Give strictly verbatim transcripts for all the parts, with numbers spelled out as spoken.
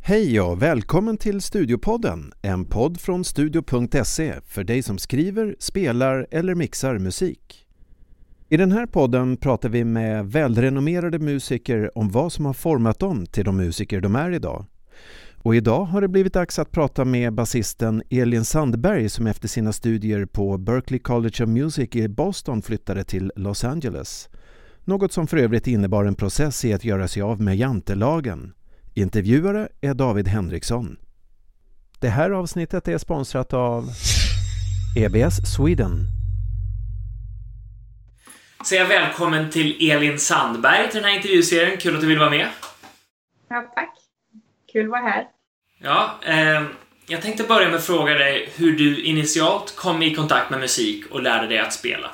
Hej och välkommen till Studiopodden, en podd från studio punkt se för dig som skriver, spelar eller mixar musik. I den här podden pratar vi med välrenommerade musiker om vad som har format dem till de musiker de är idag. Och idag har det blivit dags att prata med basisten Elin Sandberg som efter sina studier på Berklee College of Music i Boston flyttade till Los Angeles. Något som för övrigt innebar en process i att göra sig av med jantelagen. Intervjuare är David Henriksson. Det här avsnittet är sponsrat av E B S Sweden. Säg välkommen till Elin Sandberg till den här intervjuserien. Kul att du vill vara med. Ja, tack. Kul att vara här. Ja, eh, jag tänkte börja med att fråga dig hur du initialt kom i kontakt med musik och lärde dig att spela.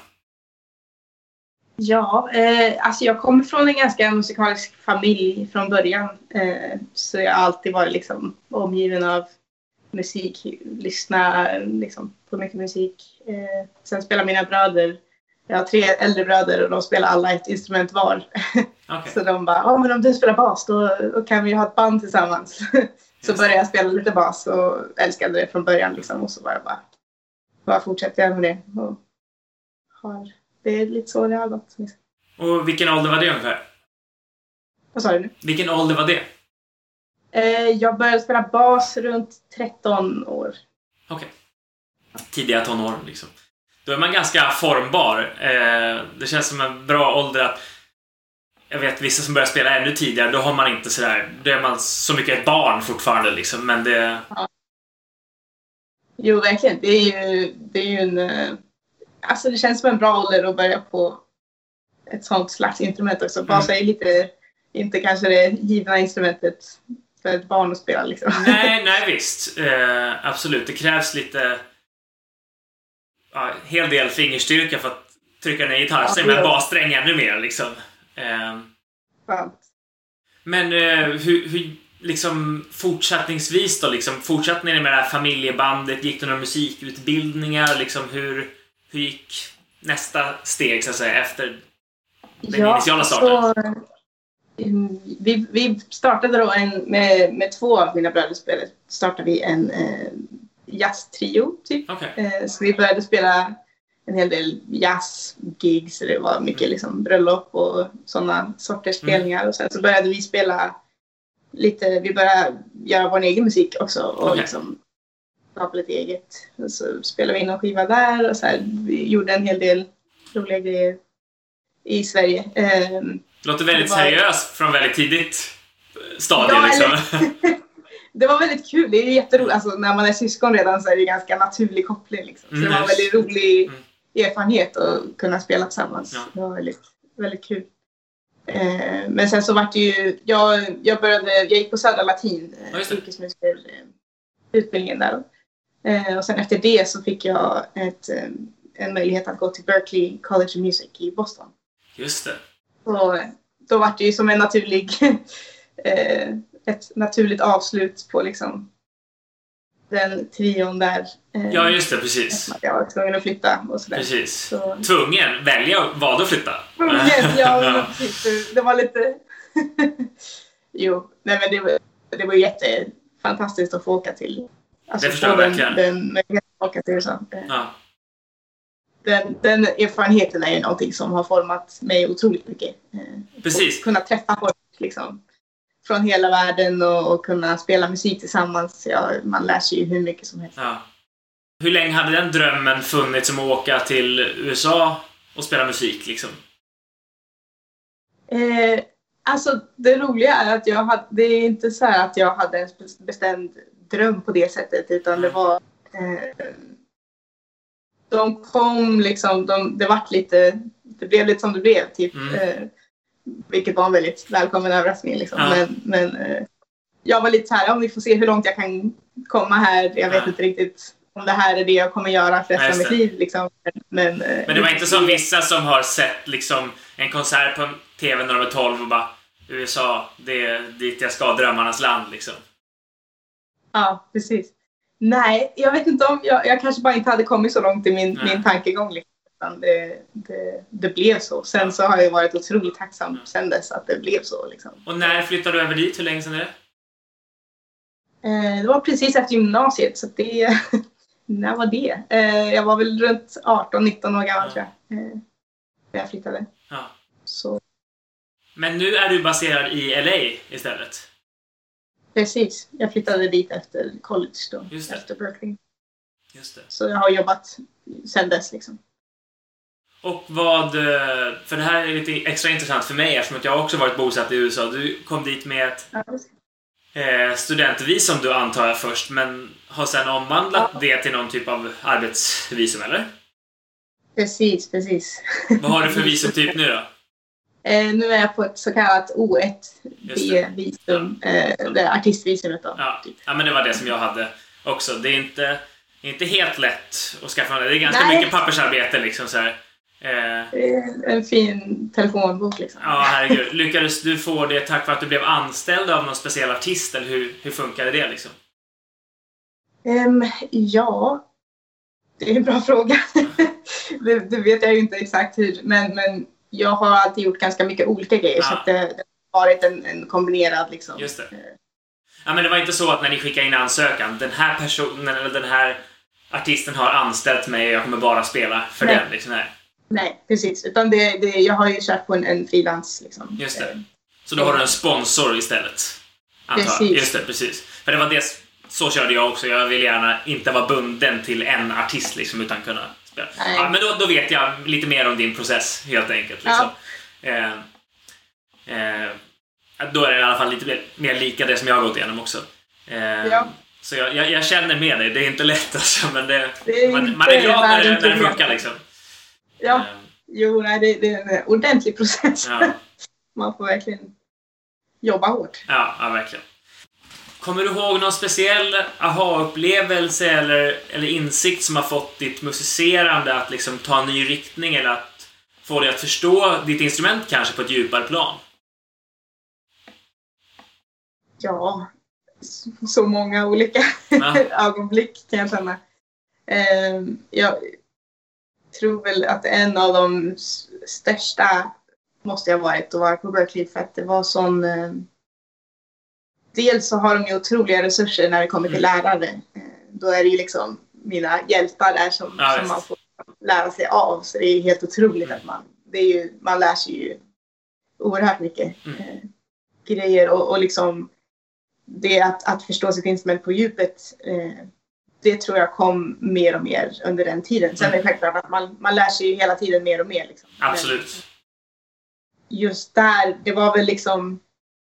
Ja, eh, alltså jag kommer från en ganska musikalisk familj från början. Eh, så jag har alltid varit liksom omgiven av musik, lyssna liksom på mycket musik. Eh, sen spelar mina bröder, jag har tre äldre bröder och de spelar alla ett instrument var. Okay. Så de bara, ja men om du spelar bas då, då kan vi ju ha ett band tillsammans. Så började jag spela lite bas och älskade det från början liksom. Och så var jag bara, bara fortsätter jag med det. Och har... Det är lite så det har gått. Och vilken ålder var det ungefär? Vad sa du nu? Vilken ålder var det? Eh, jag började spela bas runt tretton år. Okej. Okay. Tidiga tonår liksom. Då är man ganska formbar. Eh, det känns som en bra ålder att... Jag vet vissa som börjar spela ännu tidigare. Då har man inte sådär... Då är man så mycket ett barn fortfarande liksom. Men det... Ja. Jo, verkligen. Det är ju, det är ju en... Alltså det känns som en bra ålder att börja på ett sånt slags instrument också. Bas är ju lite, inte kanske det givna instrumentet för ett barn att spela liksom. Nej, nej visst. Eh, absolut, det krävs lite ja, hel del fingerstyrka för att trycka ner gitarrsträng, ja, men bassträng ännu mer liksom. Eh, men eh, hur, hur liksom fortsättningsvis då liksom, fortsatte ni med det här familjebandet, gick det några musikutbildningar liksom, hur Hur gick nästa steg så att säga efter den ja, initiala starten? Så, vi, vi startade då en, med, med två av mina bröder spelade, startade vi en eh, jazztrio typ. Okay. Eh, så vi började spela en hel del jazzgigs, det var mycket liksom bröllop och sådana sorters spelningar. Mm. Och sen så började vi spela lite, vi började göra vår egen musik också och okay. liksom på lite eget. Och så spelade vi in en skiva där och så här, vi gjorde en hel del roliga grejer i Sverige. Um, det låter väldigt det var... seriöst från väldigt tidigt stadie ja, liksom. Eller... det var väldigt kul, det är jätteroligt. Alltså, när man är syskon redan så är det ganska naturlig koppling liksom. Så mm, det var en väldigt rolig mm. erfarenhet att kunna spela tillsammans. Ja. Det var väldigt, väldigt kul. Uh, men sen så var det ju, jag, jag började, jag gick på Södra Latin, ja, yrkesmusiker, utbildningen där. Eh, och sen efter det så fick jag ett, eh, en möjlighet att gå till Berklee College of Music i Boston. Just det. Och då var det ju som en naturlig eh, ett naturligt avslut på liksom den trion där. Eh, ja, just det, precis. Jag var tvungen att flytta och sådär. Precis. Så... Tvungen? Välja vad att flytta? Tvungen, ja. Precis. Det var lite... jo, nej men det var, det var jättefantastiskt att få åka till. Alltså det förstår jag verkligen. Den, den, till, så. Ja. Den, den erfarenheten är ju någonting som har format mig otroligt mycket. Precis. Och kunna träffa folk liksom, från hela världen och, och kunna spela musik tillsammans. Ja, man lär sig ju hur mycket som helst. Ja. Hur länge hade den drömmen funnits om att åka till U S A och spela musik liksom? Eh, alltså det roliga är att jag hade, det är inte så här att jag hade en bestämd dröm på det sättet, utan det var eh, de kom liksom, de, det vart lite, det blev lite som det blev typ, mm. eh, vilket var en väldigt välkommen överraskning liksom. Ja. men, men eh, jag var lite så här, om vi får se hur långt jag kan komma här, jag ja. vet inte riktigt om det här är det jag kommer göra för resten av mitt liv liksom. men, eh, men det var inte som vissa som har sett liksom en konsert på tv när de är tolv och bara U S A, det är dit jag ska, drömmarnas land liksom. Ja, precis. Nej, jag vet inte om jag, jag kanske bara inte hade kommit så långt i min, min tankegång. Liksom. Det, det, det blev så. Sen ja. så har jag varit otroligt tacksam ja. sen dess att det blev så. Liksom. Och när flyttade du över dit? Hur länge sedan är det? Eh, det var precis efter gymnasiet, så det... när var det? Eh, jag var väl runt arton nitton år gammal, tror jag. Eh, när jag flyttade. Ja. Så. Men nu är du baserad i L A istället? Precis. Jag flyttade dit efter college då. Just det. Efter Berkeley. Just det. Så jag har jobbat sedan dess liksom. Och vad... För det här är lite extra intressant för mig eftersom jag också varit bosatt i U S A. Du kom dit med ett Ja, eh, studentvisum du antar jag först, men har sedan omvandlat Ja. det till någon typ av arbetsvisum, eller? Precis, precis. Vad har du för visumtyp nu då? Eh, nu är jag på ett så kallat O ett Just det. B-visum. Eh, det är artistvisumet då. Ja. Typ. ja, men det var det som jag hade också. Det är inte, inte helt lätt att skaffa det. Det är ganska Nej. mycket pappersarbete liksom så här. Eh, Det är en fin telefonbok liksom. ja, herregud. Lyckades du få det tack vare att du blev anställd av någon speciell artist, eller hur, hur funkade det liksom? Um, ja, det är en bra fråga. det, det vet jag ju inte exakt hur, men, men jag har alltid gjort ganska mycket olika grejer, Ja. så att det, det har varit en, en kombinerad liksom. Just det. Ja, men det var inte så att när ni skickade in ansökan, den här personen eller den här artisten har anställt mig och jag kommer bara spela för Nej. den liksom. Nej. Nej, precis. Utan det, det, jag har ju kört på en, en frilans liksom. Just det. Så då har du en sponsor istället. Antar jag. Precis. Just det, precis. För det var det, så körde jag också. Jag vill gärna inte vara bunden till en artist liksom, utan kunna spela. Nej. Ja, men då, då vet jag lite mer om din process helt enkelt. Liksom. Ja. Eh, eh, då är det i alla fall lite mer, mer lika det som jag har gått igenom också. Eh, Ja. Så jag, jag, jag känner med dig. Det är inte lätt alltså, men det, Det är man, man är inte glad när det, världens när det problem. funkar liksom. Ja, Eh, jo, nej, det, det är en ordentlig process. ja. Man får verkligen jobba hårt. Ja, ja, verkligen. Kommer du ihåg någon speciell aha-upplevelse eller, eller insikt som har fått ditt musicerande att liksom ta en ny riktning eller att få dig att förstå ditt instrument kanske på ett djupare plan? Ja, så- så många olika Ja. ögonblick kan jag känna. Eh, jag tror väl att en av de s- största måste jag ha varit att vara på Berkeley, för att det var sån... Eh, dels så har de ju otroliga resurser när det kommer till Mm. lärare. Eh, då är det ju liksom mina hjältar där som, Ja, som visst. man får lära sig av. Så det är ju helt otroligt Mm. att man... Det är ju, man lär sig ju oerhört mycket Mm. eh, grejer och, och liksom det att, att förstå sitt instrument på djupet, eh, det tror jag kom mer och mer under den tiden. Sen är det självklart att man, man lär sig ju hela tiden mer och mer. Liksom. Absolut. Men just där, det var väl liksom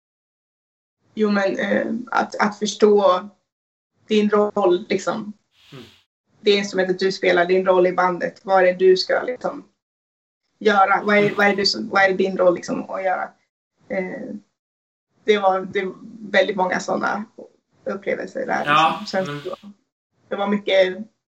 jo men eh, att, att förstå din roll liksom. Mm. Det instrumentet du spelar, din roll i bandet. Vad är det du ska liksom göra? Vad är, vad är, du som, vad är din roll liksom att göra? Eh, det var det var väldigt många sådana upplevelser där. Ja, liksom. Sen, men- så, det var mycket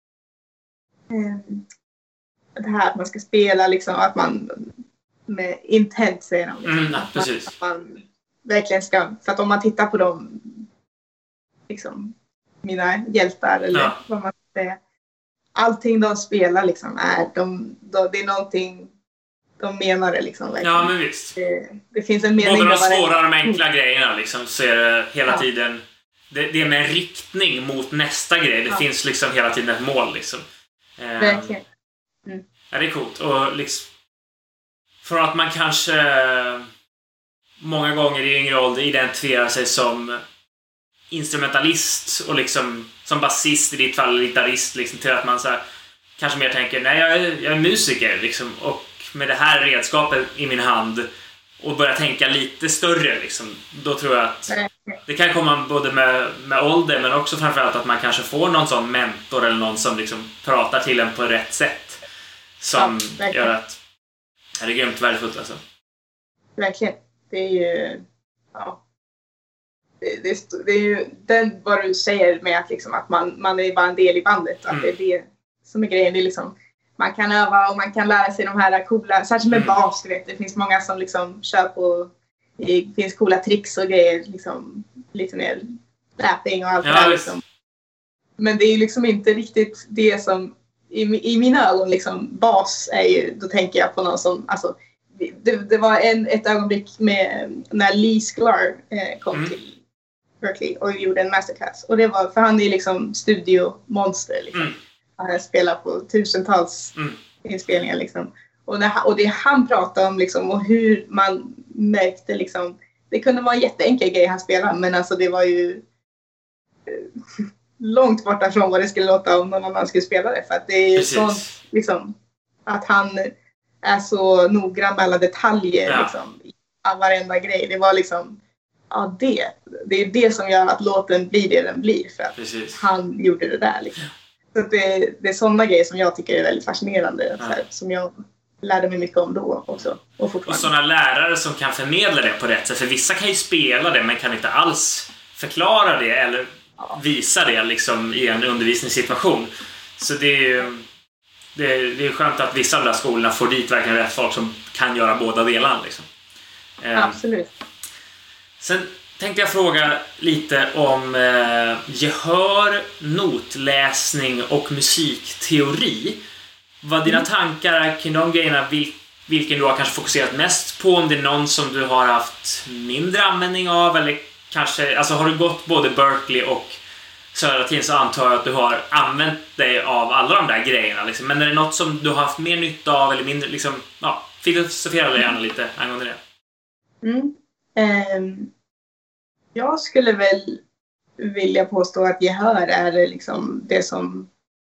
eh, det här att man ska spela liksom, att man med intent säger de. Liksom, Mm, ja, att, man, precis. att man verkligen ska, för att om man tittar på dem liksom, mina hjältar eller Ja. vad man ska säga, allting de spelar liksom är de, de, det är någonting de menar det liksom verkligen. Ja, men visst. det, det finns en mening Både de med varenda- svåra och de enkla grejerna liksom, så är det hela Ja. tiden det, det är med en riktning mot nästa grej. Det Ja. finns liksom hela tiden ett mål liksom. Eh, Verkligen. Ja, det är coolt. Och liksom, från att man kanske många gånger i yngre ålder identifierar sig som instrumentalist och liksom som basist i ditt fall, eller gitarrist, liksom, till att man så här, kanske mer tänker, nej jag är, jag är musiker liksom, och med det här redskapet i min hand och börja tänka lite större liksom, då tror jag att det kan komma både med, med ålder, men också framförallt att man kanske får någon sån mentor eller någon som liksom pratar till en på rätt sätt som Ja, verkligen. gör att ja, det är grymt värdefullt alltså. Verkligen. Det är ju... Ja. Det, det, det är ju den, vad du säger med att, liksom, att man, man är bara en del i bandet. Att Mm. det är det som är grejen. Det är liksom, man kan öva och man kan lära sig de här coola... Särskilt med Mm. bas, du vet. Det finns många som liksom kör på... Det finns coola tricks och grejer. Liksom, lite mer rapping och allt Ja, det där. visst. Liksom. Men det är ju liksom inte riktigt det som... I, i mina ögon, liksom, bas är ju... Då tänker jag på någon som... Alltså, det, det var en, ett ögonblick med när Lee Sklar eh, kom Mm. till Berkeley och gjorde en masterclass. Och det var, för han är liksom studiomonster liksom. Mm. Han spelar på tusentals mm. inspelningar liksom. Och det, och det han pratade om liksom, och hur man märkte liksom, det kunde vara en jätteenkel grej han spelade, men alltså det var ju långt borta från vad det skulle låta om någon annan skulle spela det. För att det är ju sånt liksom, att han är så noggrann med alla detaljer ja. liksom, i varenda grej. Det var liksom, ja det, det är det som gör att låten blir det den blir, för att Precis. han gjorde det där liksom. Så att det, det är sådana grejer som jag tycker är väldigt fascinerande, ja. så här, som jag lärde mig mycket om då också. Och, och sådana lärare som kan förmedla det på rätt sätt. För vissa kan ju spela det men kan inte alls förklara det eller ja. visa det liksom i en undervisningssituation. Så det är ju det är, det är skönt att vissa av de där skolorna får dit verkligen rätt folk som kan göra båda delarna liksom. Absolut. Eh, sen tänkte jag fråga lite om eh, gehör, notläsning och musikteori. Vad dina tankar kring de grejerna, vil, vilken du har kanske fokuserat mest på, om det är någon som du har haft mindre användning av, eller kanske, alltså har du gått både Berkeley och Södra Latin, så antar jag att du har använt dig av alla de där grejerna liksom. Men är det något som du har haft mer nytta av eller mindre liksom, ja, filosofera dig gärna lite angående det. Mm. Um, jag skulle väl vilja påstå att gehör är liksom det som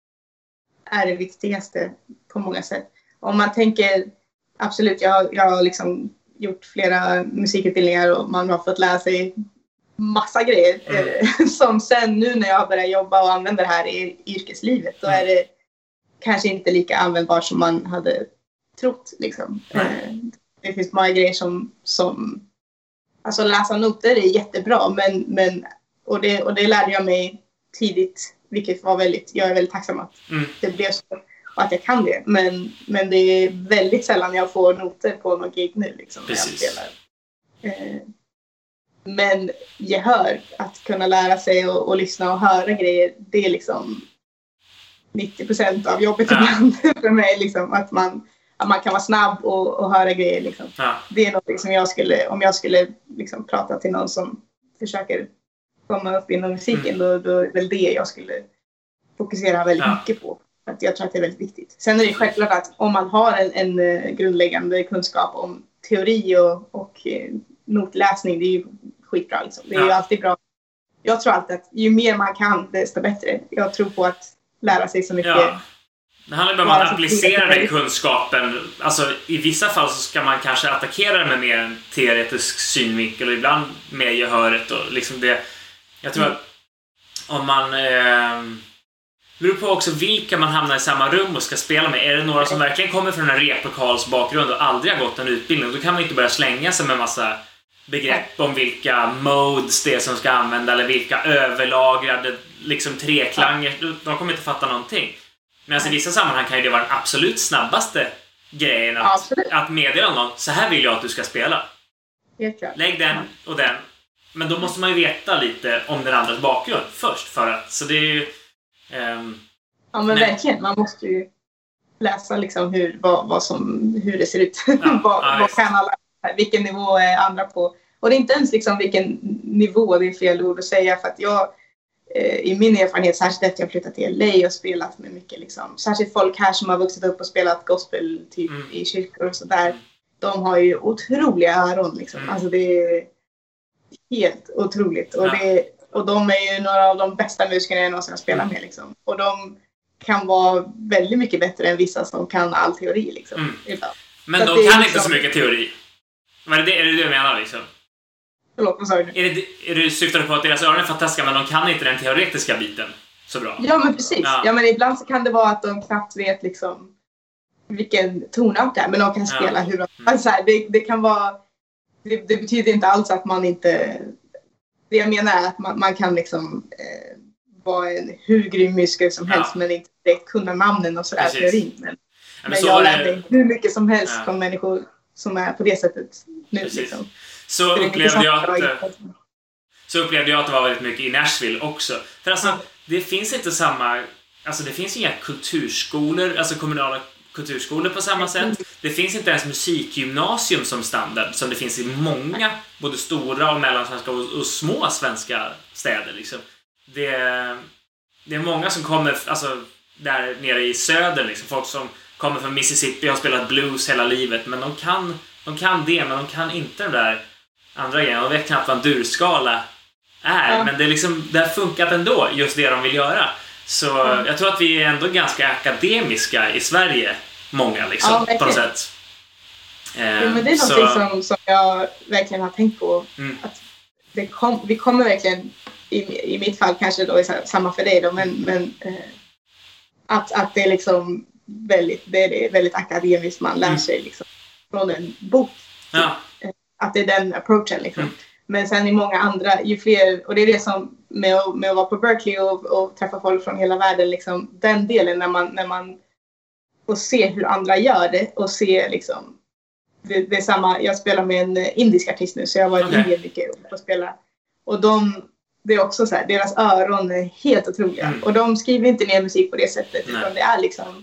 är det viktigaste på många sätt. Om man tänker, absolut, jag, jag har liksom gjort flera musikutbildningar och man har fått lära sig massa grejer. Mm. Eh, som sen nu när jag börjar jobba och använda det här i yrkeslivet, då är det kanske inte lika användbart som man hade trott. Liksom. Mm. Eh, det finns många grejer som, som alltså läsa noter är jättebra, men, men, och, det, och det lärde jag mig tidigt, vilket var väldigt, jag är väldigt tacksam att mm. det blev så och att jag kan det. Men, men det är väldigt sällan jag får noter på någon gig nu liksom, när jag spelar. Eh, men gehör, att kunna lära sig och, och lyssna och höra grejer, det är liksom nittio procent av jobbet ja. ibland för mig. Liksom, att, man, att man kan vara snabb och, och höra grejer. Liksom. Ja. Det är något som jag skulle, om jag skulle liksom prata till någon som försöker komma upp inom musiken, mm. då, då är väl det jag skulle fokusera väldigt ja. mycket på. Att jag tror att det är väldigt viktigt. Sen är det självklart att om man har en, en grundläggande kunskap om teori och, och notläsning, det är ju skitbra. Liksom. Det är ja. ju alltid bra. Jag tror alltid att ju mer man kan, desto bättre. Jag tror på att lära sig så mycket. Ja. Det handlar bara om att applicera den kunskapen. Alltså, i vissa fall så ska man kanske attackera det med mer en teoretisk synvinkel och ibland med gehöret. Och liksom det, jag tror mm. att om man... Eh, det beror på också vilka man hamnar i samma rum och ska spela med. Är det några som verkligen kommer från en replokalsbakgrund och aldrig har gått en utbildning, då kan man inte börja slänga sig med massa begrepp om vilka modes det är som ska använda eller vilka överlagrade liksom treklanger. De kommer inte fatta någonting. Men alltså, i vissa sammanhang kan ju det vara den absolut snabbaste grejen att, att meddela någon, så här vill jag att du ska spela. Lägg den och den. Men då måste man ju veta lite om den andras bakgrund först, för att, så det är ju um, ja men nej. verkligen, man måste ju läsa liksom hur, vad, vad som, hur det ser ut. Ja, vad, ja, vad kan alla, vilken nivå är andra på. Och det är inte ens liksom vilken nivå, det är fel ord att säga, för att jag eh, i min erfarenhet, särskilt efter jag flyttat till L A och spelat med mycket liksom, särskilt folk här som har vuxit upp och spelat gospel typ mm. i kyrkor och sådär, de har ju otroliga öron liksom. Mm. Alltså det är helt otroligt. Och, ja. det, och de är ju några av de bästa musikerna jag någonsin har spelat med liksom. Och de kan vara väldigt mycket bättre än vissa som kan all teori liksom. Mm. Men så de kan inte liksom så mycket teori. Men är det är det du menar liksom? Förlåt, vad sa du? Är det, är du syftar på att deras öron är fantastiska men de kan inte den teoretiska biten så bra? Ja men precis. Ja, ja men ibland så kan det vara att de knappt vet liksom vilken tonart det är, men de kan spela ja. hur de... Alltså här, det, det kan vara... Det, det betyder inte alls att man inte... Det jag menar är att man, man kan liksom eh, vara en hur grym musiker som helst ja. men inte direkt kunna namnen och sådär teorin. Men, ja, men, men jag lär mig hur mycket som helst ja. från människor som är på det sättet nu liksom. Så upplevde jag att så upplevde jag att det var väldigt mycket i Nashville också. För alltså, ja. det finns inte samma... Alltså det finns inga kulturskolor, alltså kommunala kulturskolor på samma sätt. Det finns inte ens musikgymnasium som standard som det finns i många, både stora och mellansvenska och, och små svenska städer liksom. Det, det är många som kommer, alltså där nere i söder liksom, folk som kommer från Mississippi och har spelat blues hela livet, men de kan, de kan det, men de kan inte den där andra grejen. De vet knappt vad en durskala är, ja. Men det, är liksom, det har funkat ändå, just det de vill göra. Så mm. jag tror att vi är ändå ganska akademiska i Sverige, många liksom, ja, på något sätt. Eh, ja, men det är så... något som, som jag verkligen har tänkt på. Mm. Att det kom, vi kommer verkligen, i, i mitt fall kanske då är samma för dig då, men, men eh, att, att det är liksom väldigt, det är väldigt akademiskt, man lär mm. sig liksom från en bok. Ja. Att det är den approachen liksom. Mm. Men sen i många andra, ju fler, och det är det som med, med att vara på Berkeley och, och träffa folk från hela världen liksom, den delen när man, när man får se hur andra gör det och se liksom, det, det är samma, jag spelar med en indisk artist nu, så jag var i okay. Indien mycket och spela, och de, det är också så här, deras öron är helt otroliga mm. och de skriver inte ner musik på det sättet. Nej. Utan det är liksom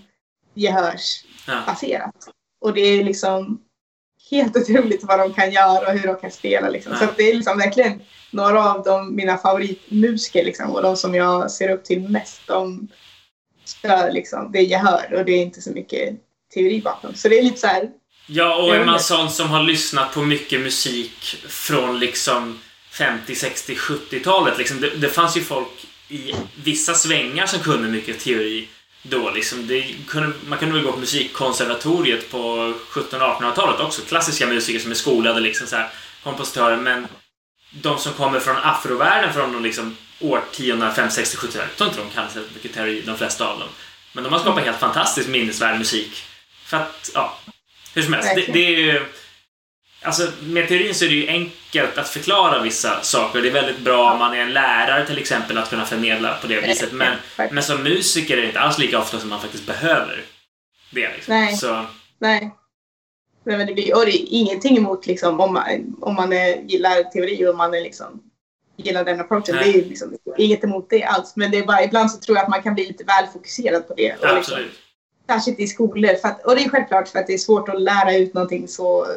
gehörsbaserat ja. Och det är liksom helt otroligt vad de kan göra och hur de kan spela liksom. Ja. Så att det är liksom verkligen några av de, mina favoritmusiker liksom, och de som jag ser upp till mest, de ska liksom, det är gehör och det är inte så mycket teori bakom. Så det är lite så här. Ja, och är man sån som har lyssnat på mycket musik från liksom femtio, sextio, sjuttiotalet liksom, det, det fanns ju folk i vissa svängar som kunde mycket teori då liksom. Det kunde, man kunde väl gå på musikkonservatoriet på sjuttonhundra- och artonhundratalet också, klassiska musiker som är skolade liksom så här, kompositörer, men de som kommer från afrovärlden från de liksom årtiondena fem, sextio, sjuttio, jag tror inte de kan så mycket teori, de flesta av dem, men de har skapat helt fantastiskt minnesvärd musik för att, ja, hur som helst, det, det är ju alltså, med teorin så är det ju enkelt att förklara vissa saker. Det är väldigt bra om man är en lärare till exempel att kunna förmedla på det viset. Men, men som musiker är det inte alls lika ofta som man faktiskt behöver det. Liksom. Nej. Så. Nej. Men det blir, och det är ingenting emot liksom, om man, om man är, gillar teori och om man är, liksom, gillar den approachen. Nej. Det är liksom, inget emot det alls. Men det är bara, ibland så tror jag att man kan bli lite väl fokuserad på det. Och ja, liksom, absolut. Särskilt i skolor. För att, och det är självklart för att det är svårt att lära ut någonting så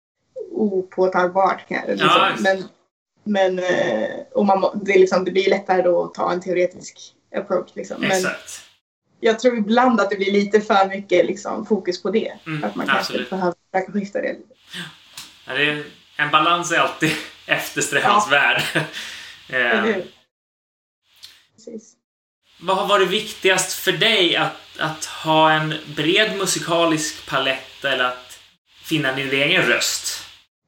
opåtagbart liksom. Ja, men men eh, och man, det, är liksom, det blir lättare då att ta en teoretisk approach liksom. Men exakt. Jag tror ibland att det blir lite för mycket liksom, fokus på det. Mm, att man absolut. kanske behöver försöka skifta det lite. Ja, det är, en balans är alltid eftersträvansvärd. Ja. eh. Precis. Vad har varit viktigast för dig att, att ha en bred musikalisk palett eller att finna din egen röst?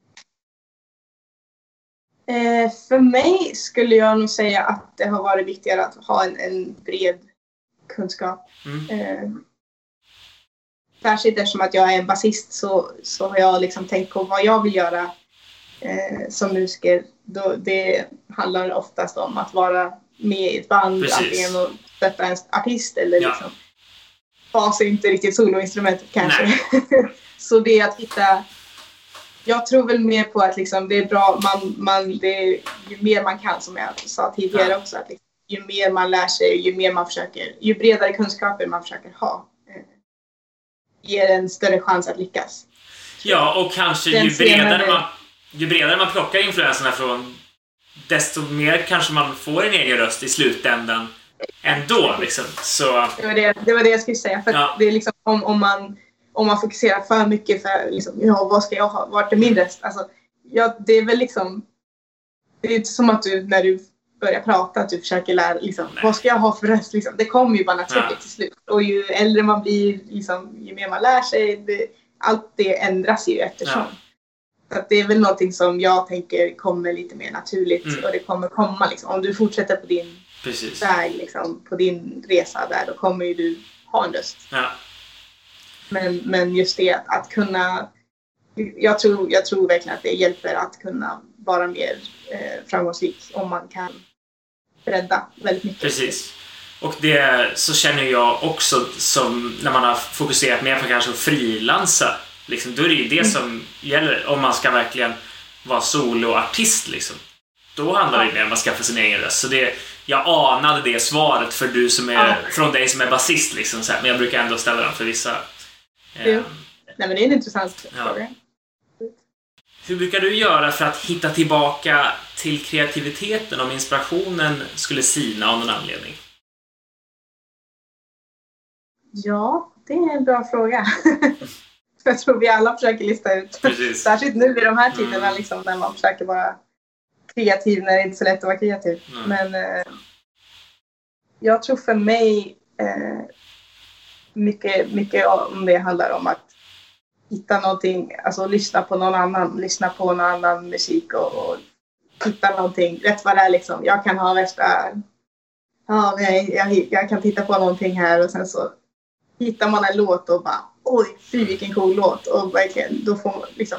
Eh, för mig skulle jag nog säga att det har varit viktigare att ha en, en bred kunskap. Mm. Eh, särskilt eftersom att jag är en basist så, så har jag liksom tänkt på vad jag vill göra eh, som musiker. Då, det handlar oftast om att vara med i ett band, precis. Antingen och stötta en artist eller ja. Liksom basa inte riktigt soloinstrumentet kanske. Så det är att hitta, jag tror väl mer på att liksom det är bra, man, man, det är, ju mer man kan, som jag sa tidigare ja. Också, att liksom, ju mer man lär sig, ju mer man försöker, ju bredare kunskaper man försöker ha eh, ger en större chans att lyckas. Ja, och kanske ju bredare, man, ju bredare man plockar influenserna från, desto mer kanske man får en egen röst i slutändan ändå liksom. Så det var det, det var det jag skulle säga, för ja. Det är liksom om, om man om man fokuserar för mycket för liksom, ja, vad ska jag ha, vart är min röst, alltså ja, det är väl liksom, det är inte som att du när du börjar prata att du försöker lära liksom, vad ska jag ha för röst liksom, det kommer ju bara naturligt ja. Till slut, och ju äldre man blir liksom, ju mer man lär sig det, allt det ändras ju eftersom ja. Så att det är väl någonting som jag tänker kommer lite mer naturligt mm. och det kommer komma liksom, om du fortsätter på din Precis. Väg liksom, på din resa där, då kommer ju du ha en röst. Ja. Men, men just det att, att kunna, jag tror, jag tror verkligen att det hjälper att kunna vara mer eh, framgångsrik om man kan bredda väldigt mycket. Precis. Och det så känner jag också som när man har fokuserat mer på kanske att frilansa. Liksom, då är det ju det mm. som gäller om man ska verkligen vara soloartist liksom. Då handlar det ju mer om att skaffa sin egen röst. Så det, jag anade det svaret för du som är, ja. Från dig som är basist liksom, så här. Men jag brukar ändå ställa den för vissa Jo. Nej, men det är en intressant ja. fråga. Hur brukar du göra för att hitta tillbaka till kreativiteten om inspirationen skulle sina av någon anledning? Ja, det är en bra fråga. Jag tror vi alla försöker lista ut. Precis. Särskilt nu i de här tiderna mm. liksom, när man försöker vara kreativ när det är inte är så lätt att vara kreativ. Mm. Men eh, jag tror för mig eh, mycket, mycket om det handlar om att hitta någonting, alltså lyssna på någon annan, lyssna på någon annan musik och, och hitta någonting, rätt vad det är liksom. Jag kan ha värsta, ja nej, jag, jag kan titta på någonting här och sen så hittar man en låt och bara, oj, fy vilken cool låt, och verkligen, då får man liksom,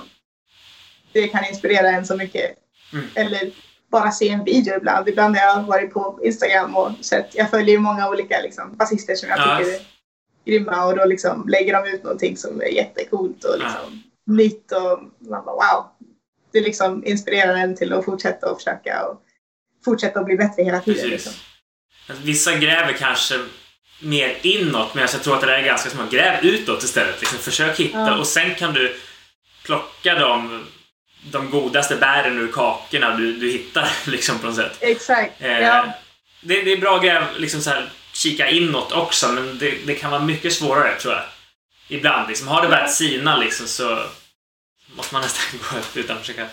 det kan inspirera en så mycket. Mm. Eller bara se en video ibland. Ibland har jag varit på Instagram och sett, jag följer ju många olika liksom basister som jag ja. tycker är grymma, och då liksom lägger de ut någonting som är jättecoolt och liksom ja. nytt, och man bara wow. Det liksom inspirerar en till att fortsätta och försöka och fortsätta att bli bättre hela tiden. Liksom. Vissa gräver kanske mer inåt, men jag tror att det där är ganska som att gräv utåt istället. Liksom försök hitta ja. och sen kan du plocka dem de godaste bären ur kakorna du, du hittar liksom på något sätt. Exakt, eh, ja. det, det är bra grej liksom så här, kika inåt också, men det, det kan vara mycket svårare tror jag. Ibland liksom, har det börjat sina liksom, så måste man nästan gå upp utan att försöka.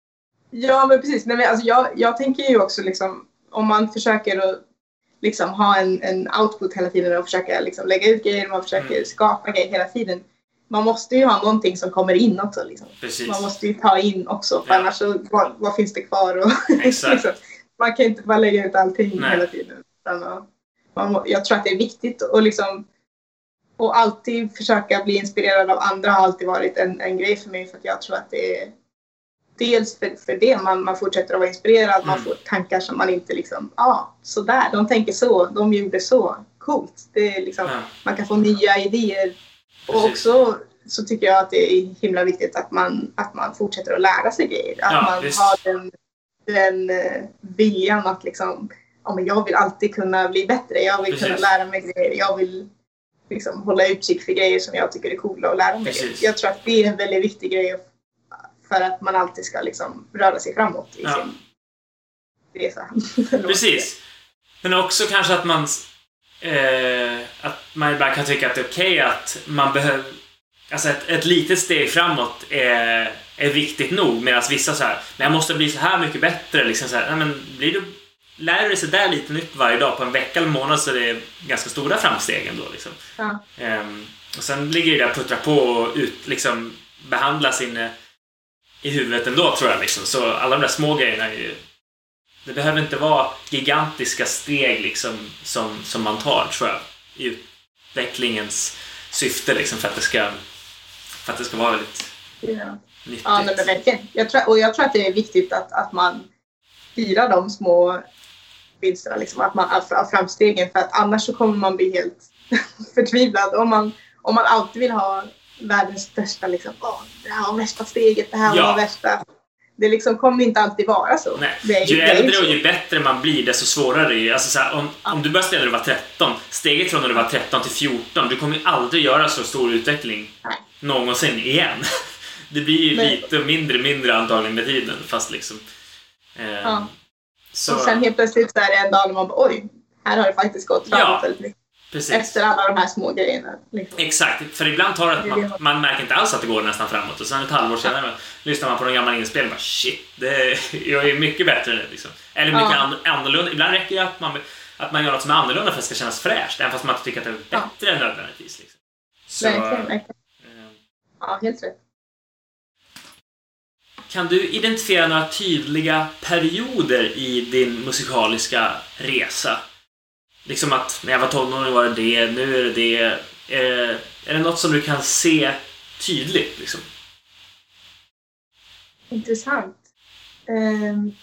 Ja, men precis. Nej, men alltså, jag, jag tänker ju också liksom, om man försöker att liksom ha en, en output hela tiden och försöka liksom lägga ut grejer, man försöker mm. skapa grejer hela tiden. Man måste ju ha någonting som kommer in också. Liksom. Man måste ju ta in också, för ja. annars så, vad, vad finns det kvar? Och liksom, man kan inte bara lägga ut allting Nej. hela tiden. Utan, man, jag tror att det är viktigt att liksom, och alltid försöka bli inspirerad av andra har alltid varit en, en grej för mig. För att jag tror att det är dels för, för det man, man fortsätter att vara inspirerad. Mm. Man får tankar som man inte liksom, ja, ah, sådär, de tänker så, de gjorde så, coolt. Det är liksom, ja. Man kan få nya idéer. Och också så tycker jag att det är himla viktigt att man, att man fortsätter att lära sig grejer. Att ja, man visst. har den, den uh, viljan att liksom, ja, men jag vill alltid kunna bli bättre. Jag vill Precis. kunna lära mig grejer. Jag vill liksom hålla utkik för grejer som jag tycker är coola och lära mig. Precis. Jag tror att det är en väldigt viktig grej för att man alltid ska liksom röra sig framåt i ja. sin resa. Precis. Men också kanske att man eh, att man ibland kan tycka att det är okej okay att man behöver, alltså ett, ett litet steg framåt är, är viktigt nog, medan vissa så här, men jag måste bli så här mycket bättre liksom så här, nej, men blir du lär dig så där lite nytt varje dag på en vecka eller månad, så det är ganska stora framsteg ändå liksom. Ja. Um, och sen ligger det där och puttra på och ut, liksom behandla sin i huvudet ändå tror jag liksom. Så alla de där små grejerna är ju, det behöver inte vara gigantiska steg liksom som, som man tar tror jag i utvecklingens syfte liksom, för att det ska för att det ska vara väldigt ja. nyttigt. Ja, men verkligen. Jag tror, och jag tror att det är viktigt att, att man firar de små vinsterna liksom, att man av framstegen, för att annars så kommer man bli helt förtvivlad om man, om man alltid vill ha världens största liksom, åh, det här var värsta steget, det här ja. var värsta. Det liksom kommer inte alltid vara så. Nej. Det är, ju det är äldre så. Och ju bättre man blir, desto svårare är det. Alltså, så här, om, ja. om du började när du var tretton, steget från när du var tretton till fjorton, du kommer ju aldrig göra så stor utveckling Nej. någonsin igen. Det blir ju Men, lite mindre mindre antagligen med tiden, fast liksom eh, ja. så. Och sen helt plötsligt så är det en dag när man bara, oj, här har det faktiskt gått framåt ja. väldigt mycket. Precis. Efter alla de här små grejerna. Liksom. Exakt, för ibland tar det att man, man märker inte alls att det går nästan framåt. Och sen ett halvår senare ja. lyssnar man på någon gammal inspel och bara shit, det, jag är mycket bättre nu liksom. Eller mycket ja. annorlunda. Ibland räcker det att man, att man gör något som är annorlunda för att det ska kännas fräscht. Även fast man inte tycker att det är bättre ja. än nödvändigtvis liksom. Så, verkligen, verkligen. Äh, ja, helt rätt. Kan du identifiera några tydliga perioder i din musikaliska resa? Liksom att när jag var tonåring var det det, nu är det det. Är, är det något som du kan se tydligt? Liksom? Intressant. Um,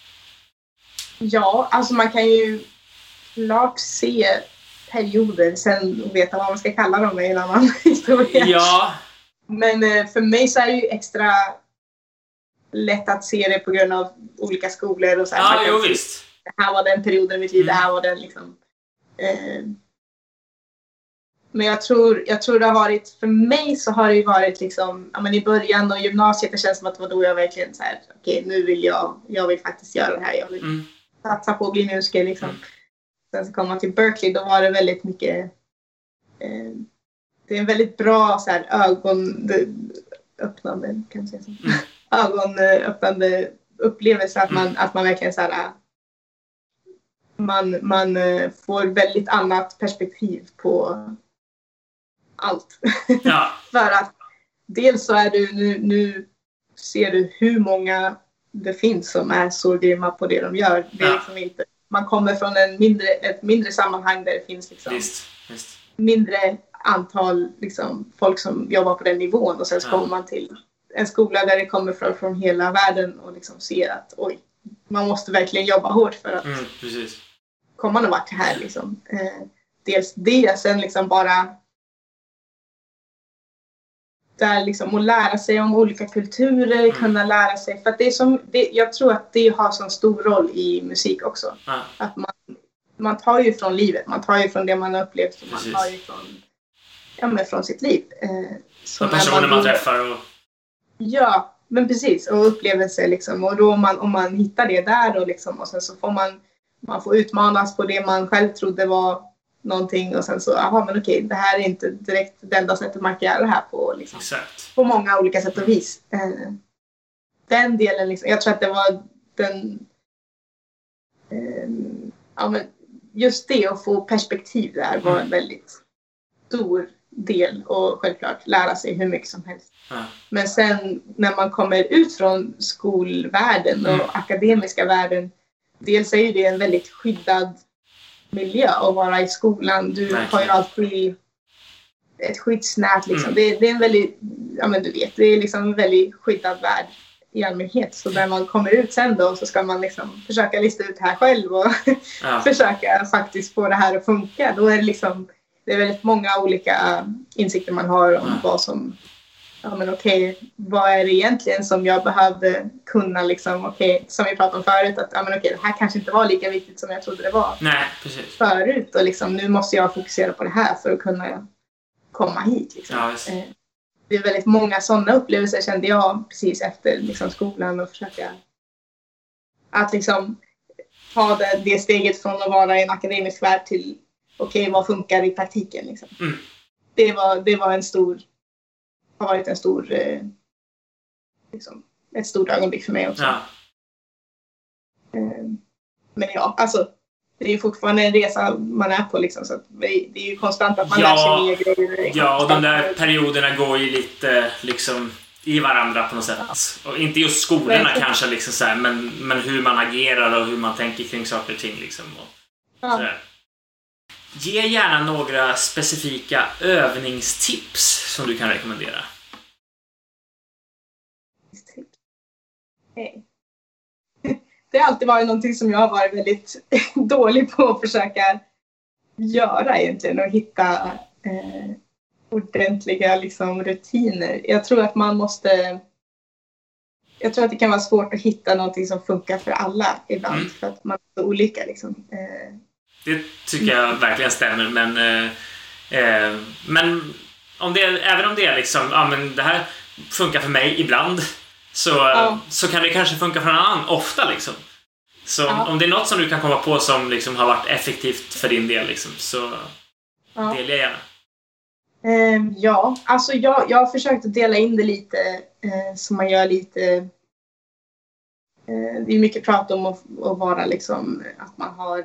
ja, alltså man kan ju klart se perioder, sen veta vad man ska kalla dem i en annan historia. Ja. Men uh, för mig så är det ju extra lätt att se det på grund av olika skolor och så här. Ja, jo, visst. Det här var den perioden i mitt liv, mm. det här var den liksom. Eh, Men jag tror, jag tror det har varit, för mig så har det ju varit liksom, ja men i början och gymnasiet, det känns som att det var då jag verkligen så här, okej okay, nu vill jag, jag vill faktiskt göra det här, jag vill mm. satsa på att bli musiker liksom. Mm. Sen så kom man till Berklee, då var det väldigt mycket, eh, det är en väldigt bra så här ögonöppnande, kan jag säga så. Mm. ögonöppnande upplevelse att man, mm. att man verkligen så här, man, man får väldigt annat perspektiv på allt. Ja. För att dels så är du nu, nu ser du hur många det finns som är så grymma på det de gör. Det är ja. liksom inte, man kommer från en mindre, ett mindre sammanhang där det finns liksom visst, visst. mindre antal liksom, folk som jobbar på den nivån, och sen så ja. kommer man till en skola där det kommer från, från hela världen och liksom ser att oj, man måste verkligen jobba hårt för att mm, precis. komma någon vart här liksom. Eh, dels det, sen liksom bara där liksom att lära sig om olika kulturer, mm. kunna lära sig, för att det är som, det, jag tror att det har så stor roll i musik också. Mm. Att man, man tar ju från livet, man tar ju från det man har upplevt, och man tar ju från, ja, men från sitt liv. Eh, så personer man, man träffar och... Ja, men precis, och upplevelser liksom, och då om man, om man hittar det där och liksom, och sen så får man, man får utmanas på det man själv trodde var någonting, och sen så, jaha men okej, det här är inte direkt det enda sättet man kan göra det här på liksom. Exakt. På många olika sätt och vis. Eh, den delen liksom, jag tror att det var den eh, ja men just det, att få perspektiv där var en väldigt stor del, och självklart lära sig hur mycket som helst. Mm. Men sen när man kommer ut från skolvärlden och mm. akademiska världen, dels är ju det en väldigt skyddad miljö att vara i skolan. Du Nej. har ju alltid ett skyddsnät liksom. Mm. Det, det är en väldigt, ja men du vet, det är liksom en väldigt skyddad värld i allmänhet. Så när man kommer ut sen då, så ska man liksom försöka lista ut det här själv och ja. försöka faktiskt få det här att funka. Då är det liksom, det är väldigt många olika insikter man har om mm. vad som, ja men okej, okay, vad är det egentligen som jag behövde kunna liksom, okej, okay, som vi pratade om förut, att ja men okej, okay, det här kanske inte var lika viktigt som jag trodde det var. Nej, precis. Förut, och liksom nu måste jag fokusera på det här för att kunna komma hit liksom. Ja, eh, det är väldigt många sådana upplevelser kände jag precis efter liksom skolan, och försöka att liksom ta det, det steget från att vara i en akademisk värld till okej, okay, vad funkar i praktiken liksom. Mm. Det var, det var en stor har varit en stor eh, liksom, ett stort ögonblick för mig också. Ja. Eh, men ja, alltså det är ju fortfarande en resa man är på liksom, så att det är ju konstant att man ja, lär sig nya grejer. Ja, och de där perioderna går ju lite liksom i varandra på något sätt. Ja. Och inte just skolorna men, kanske liksom så här, men, men hur man agerar och hur man tänker kring saker och ting liksom. Och ja. sådär. Ge gärna några specifika övningstips som du kan rekommendera. Okay. Det har alltid varit någonting som jag har varit väldigt dålig på att försöka göra egentligen, och hitta eh, ordentliga liksom, rutiner. Jag tror att man måste jag tror att det kan vara svårt att hitta någonting som funkar för alla ibland, mm. för att man är så olika liksom. Eh, Det tycker jag verkligen stämmer, men eh, eh, men om det, även om det är liksom, ja men det här funkar för mig ibland, så, ja. så kan det kanske funka för någon annan ofta liksom. Så ja. om det är något som du kan komma på som liksom har varit effektivt för din del liksom, så ja. dela gärna. Eh, ja, alltså jag, jag har försökt att dela in det lite eh, så man gör lite eh, det är mycket prat om att, att vara liksom, att man har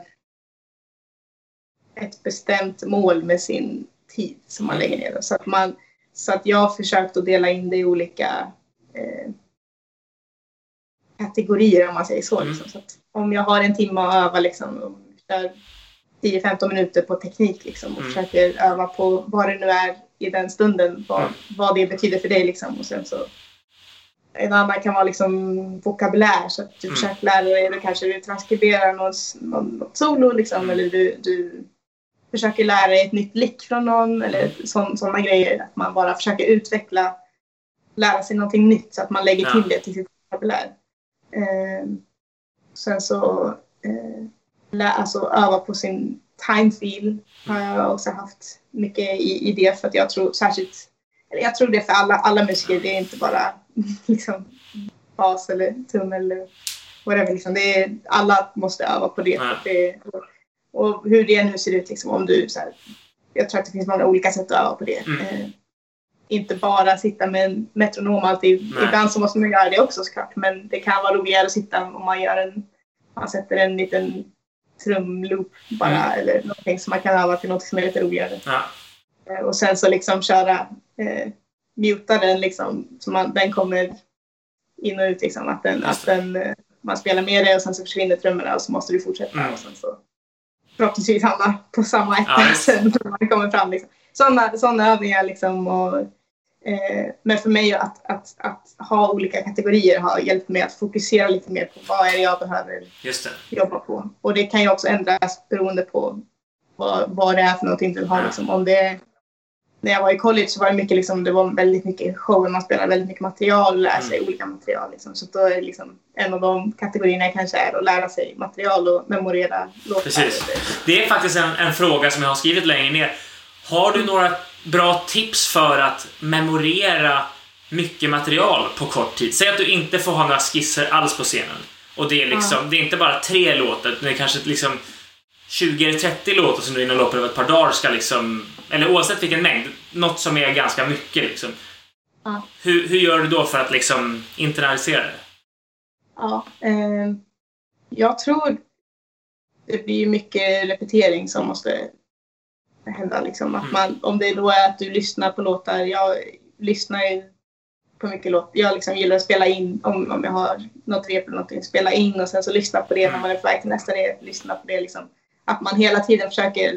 ett bestämt mål med sin tid som man lägger ner. Så att, man, så att jag har försökt att dela in det i olika eh, kategorier, om man säger så. Mm. Liksom. Så att om jag har en timme att öva liksom, och kör tio till femton minuter på teknik liksom, och mm. försöker öva på vad det nu är i den stunden, vad, mm. vad det betyder för dig. Liksom. Och sen så, en annan kan vara liksom vokabulär, så att du mm. försöker lära dig, eller kanske du transkriberar något, något solo liksom, mm. eller du, du försöker lära dig ett nytt lick från någon, eller sådana grejer, att man bara försöker utveckla, lära sig någonting nytt, så att man lägger ja. till det till sitt vokabulär. Eh, sen så eh, lä, alltså öva på sin time feel har jag också haft mycket i, i det, för att jag tror särskilt, eller jag tror det för alla, alla musiker, det är inte bara liksom bas eller tum eller whatever, liksom. Det är, alla måste öva på det, mm. det och, och hur det nu ser ut liksom, om du så här, jag tror att det finns många olika sätt att öva på det. Mm. Eh, inte bara sitta med en metronom alltid. Nej. Ibland så måste man göra det också såklart, men det kan vara roligare att sitta om man gör en, man sätter en liten trumloop bara, mm. eller någonting som man kan öva till något som är lite roligare. Ja. Eh, och sen så liksom köra eh, muta den liksom, så man, den kommer in och ut liksom, att den, att den eh, man spelar med det och sen så försvinner trummorna och så måste du fortsätta mm. och sen så förhoppningsvis hamna på samma etta ja, sen när man kommer fram liksom. Sådana, sådana övningar liksom, och, eh, men för mig att, att, att ha olika kategorier har hjälpt mig att fokusera lite mer på vad är det jag behöver Just det. jobba på. Och det kan ju också ändras beroende på vad, vad det är för någonting du har. Ja. Liksom. Om det, när jag var i college så var det mycket, liksom, det var väldigt mycket shower, man spelade väldigt mycket material och lär sig mm. olika material. Liksom. Så då är liksom, en av de kategorierna kanske är att lära sig material och memorera låtar. Precis. Det är faktiskt en, en fråga som jag har skrivit längre ner. Har du några bra tips för att memorera mycket material på kort tid? Säg att du inte får ha några skisser alls på scenen. Och det är liksom, ja. det är inte bara tre låtar, det är kanske liksom tjugo eller trettio låtar som du innan loppet av ett par dagar ska liksom, eller oavsett vilken mängd, något som är ganska mycket liksom. Ja. Hur, hur gör du då för att liksom internalisera det? Ja, eh, jag tror det blir mycket repetering som måste hända liksom. Att man, om det då är att du lyssnar på låtar, jag lyssnar på mycket låtar, jag liksom gillar att spela in om, om jag har något rep eller någonting, spela in och sen så lyssna på det när man är på väg till nästa rep, lyssna på det liksom. Att man hela tiden försöker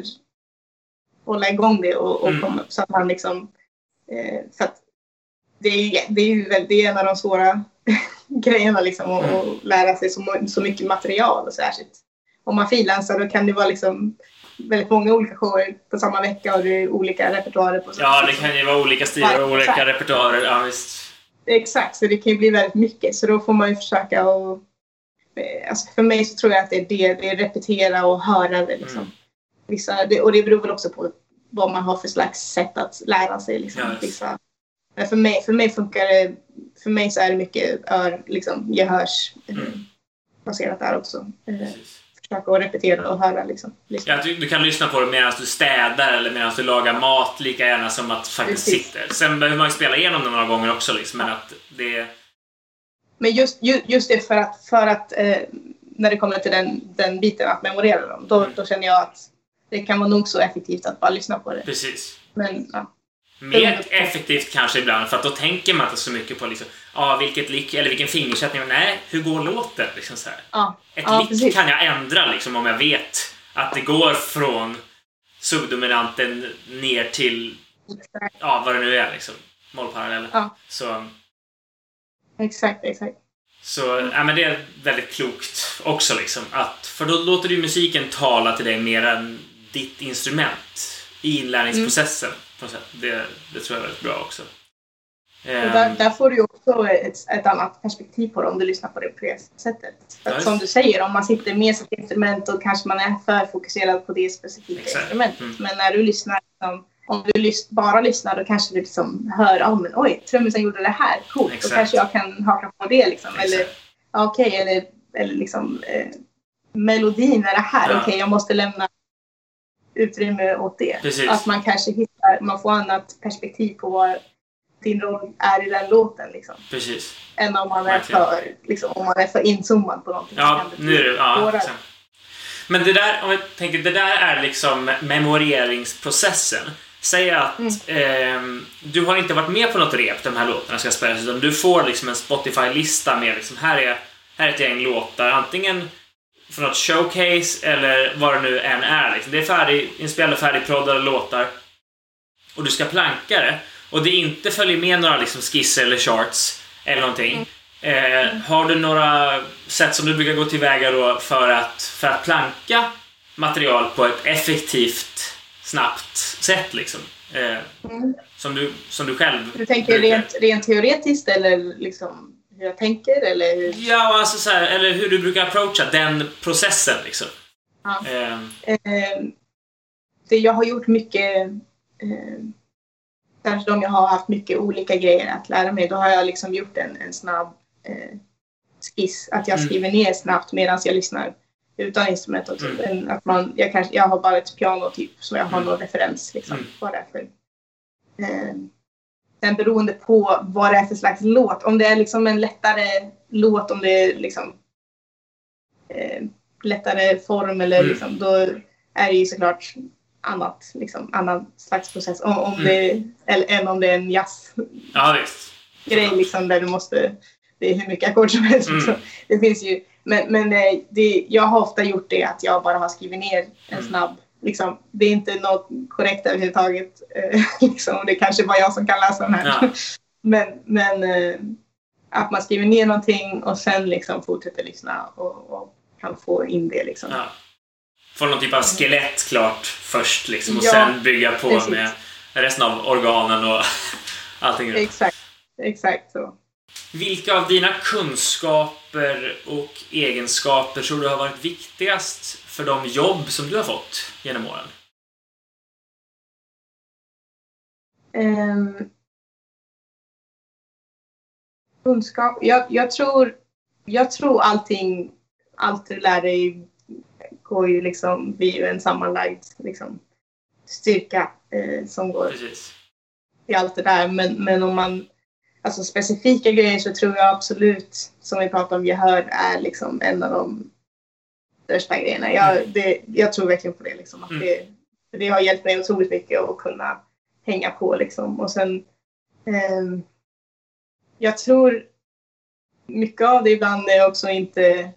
hålla igång det och, och komma upp så att man liksom eh, för att det är ju, det är ju väl, det är en av de svåra grejerna liksom, och, och lära sig så, så mycket material, och särskilt om man frilansar då kan det vara liksom väldigt många olika shower på samma vecka och det är olika repertoarer på ja, det kan ju vara olika stilar och olika exakt. repertoarer, ja visst. Exakt, så det kan ju bli väldigt mycket, så då får man ju försöka och alltså för mig så tror jag att det är det, det är repetera och höra det liksom. Mm. Vissa, det, och det beror väl också på vad man har för slags sätt att lära sig liksom. Yes. Vissa, men för mig, för mig funkar det, för mig så är det mycket ör, liksom, gehörs mm. baserat där också. Precis. Försöka att repetera och höra liksom. Ja, du, du kan lyssna på det medan du städar eller medan du lagar mat, lika gärna som att faktiskt Precis. sitter. Sen behöver man ju spela igenom det några gånger också liksom, men att det Men just, just det, för att, för att eh, när det kommer till den, den biten att memorera dem, då, mm. då känner jag att det kan vara nog så effektivt att bara lyssna på det. Precis. Men, ja. Mer effektivt kanske ibland, för att då tänker man inte så mycket på liksom, ah, vilket lick eller vilken fingersättning. Nej, hur går låten? Liksom så här. Ja. Ett ja, lick precis. kan jag ändra liksom, om jag vet att det går från subdominanten ner till ja, vad det nu är liksom, mollparallellen. Ja. Så exakt, exakt. Så ja, men det är väldigt klokt också liksom, att, för då låter du musiken tala till dig mer än ditt instrument i inlärningsprocessen. Mm. Det, det tror jag är väldigt bra också. Och där, där får du också ett, ett annat perspektiv på det om du lyssnar på det på det sättet. För att, som du säger, om man sitter med sitt instrument och kanske man är för fokuserad på det specifika Exakt. instrumentet. Mm. Men när du lyssnar, liksom, om du lys- bara lyssnar då kanske du liksom hör, oh, men, oj, trummisen gjorde det här, coolt. Exakt. Då kanske jag kan haka på det liksom. Exakt. Eller okej, okay, eller, eller liksom eh, melodin är det här, ja. okej, okay, jag måste lämna utrymme åt det. Precis. Att man kanske hittar, man får annat perspektiv på vad din roll är i den låten liksom. Precis. Än om man är för, liksom, om man är för inzoomad på någonting. Ja, nu är det, ja. Men det där, om jag tänker, det där är liksom memoreringsprocessen. Säg att mm. eh, du har inte varit med på något rep de här låtarna ska spelas, utan du får liksom en Spotify-lista med liksom, här är, här är ett gäng låtar, antingen från något showcase eller vad det nu än är liksom. Det är färdig, inspelade, färdigproddade låtar och du ska planka det och det inte följer med några liksom skisser eller charts eller någonting. Mm. Eh, har du några sätt som du brukar gå tillväga då för att, för att planka material på ett effektivt, snabbt sätt liksom? Eh, mm. som, du, som du själv Du tänker rent, rent teoretiskt eller liksom hur jag tänker eller hur... Ja, alltså så här, eller hur du brukar approacha den processen liksom. Ja. Eh. Eh, det jag har gjort mycket, eh, kanske om jag har haft mycket olika grejer att lära mig, då har jag liksom gjort en, en snabb eh, skiss, att jag skriver ner snabbt medan jag lyssnar utan instrument och typ. Mm. Att man, jag, kanske, jag har bara ett piano typ, så jag har någon referens liksom, mm. vad det är för. Eh, sen beroende på vad det är för slags låt, om det är liksom en lättare låt, om det är liksom eh, lättare form eller mm. liksom, då är det ju såklart annat, liksom, annan slags process om, om mm. det, eller, än om det är en jazz ja, visst. grej liksom, där du måste, det är hur mycket ackord som helst mm. det finns ju, men, men det, jag har ofta gjort det att jag bara har skrivit ner en snabb liksom, det är inte något korrekt överhuvudtaget eh, liksom, det är kanske bara jag som kan läsa den här ja. men, men eh, att man skriver ner någonting och sen liksom fortsätter lyssna och, och kan få in det liksom. Ja. Få någon typ av skelett klart först liksom, och ja, sen bygga på precis. Med resten av organen och allting. Exakt, exakt så. Vilka av dina kunskaper och egenskaper tror du har varit viktigast för de jobb som du har fått genom åren? Um, kunskap, jag, jag tror jag tror allting, allt du lär dig går ju liksom, blir ju en sammanlagd liksom, styrka eh, som går Precis. I allt det där. Men, men om man, alltså specifika grejer, så tror jag absolut, som vi pratade om, gehör är liksom en av de största grejerna. Jag, mm. det, jag tror verkligen på det. Liksom, att mm. det, det har hjälpt mig otroligt mycket att kunna hänga på. Liksom. Och sen, eh, jag tror mycket av det ibland är också inte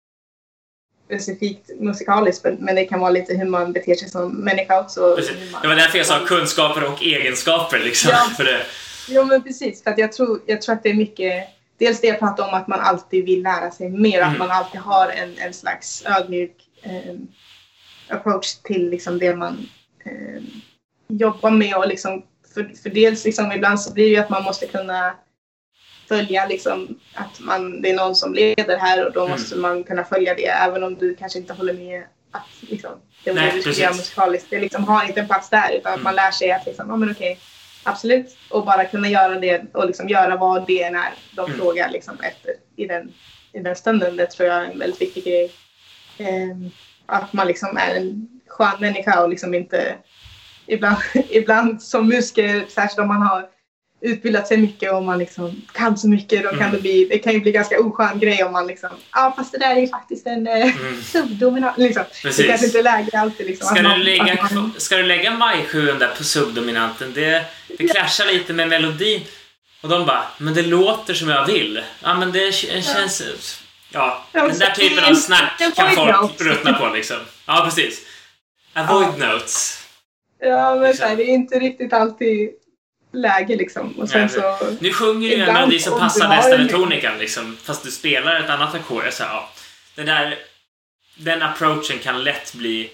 specifikt musikaliskt, men det kan vara lite hur man beter sig som människa också. Man, det var därför jag sa kunskaper och egenskaper liksom. Ja, för det. Ja men precis, för att jag tror, jag tror att det är mycket, dels det jag pratar om, att man alltid vill lära sig mer, mm. att man alltid har en, en slags ödmjuk eh, approach till liksom det man eh, jobbar med, och liksom, för, för dels liksom, ibland så blir det ju att man måste kunna följa liksom, att man, det är någon som leder här, och då mm. måste man kunna följa det, även om du kanske inte håller med att liksom, det var det du skulle göra musikaliskt. Det liksom har inte en plats där, utan mm. att man lär sig att liksom, ja men okej, absolut, och bara kunna göra det och liksom göra vad det är när de mm. frågar liksom, efter i den, i den stunden. Det tror jag är en väldigt viktig grej. Eh, att man liksom är en skön människa och liksom inte ibland, ibland som musiker, särskilt om man har utbildat sig mycket och man liksom kan så mycket, då kan mm. det bli, det kan ju bli ganska oskön grej om man liksom, ja fast det där är ju faktiskt en mm. subdominant liksom. Det kanske inte är läge alltid liksom. Ska, man, du lägga, man, ska du lägga majsjuan där på subdominanten? Det, det kraschar lite med melodin. Och de bara, men det låter som jag vill. Ja men det känns, ja, ja den där typen av snack kan folk ruttna på liksom. Ja precis. Avoid ja. Notes. Ja men liksom. Det är inte riktigt alltid läge liksom. Och sen så, nu sjunger ju en melodi som passar bäst över tonikan liksom, fast du spelar ett annat ackord. Så ja, det där, den approachen kan lätt bli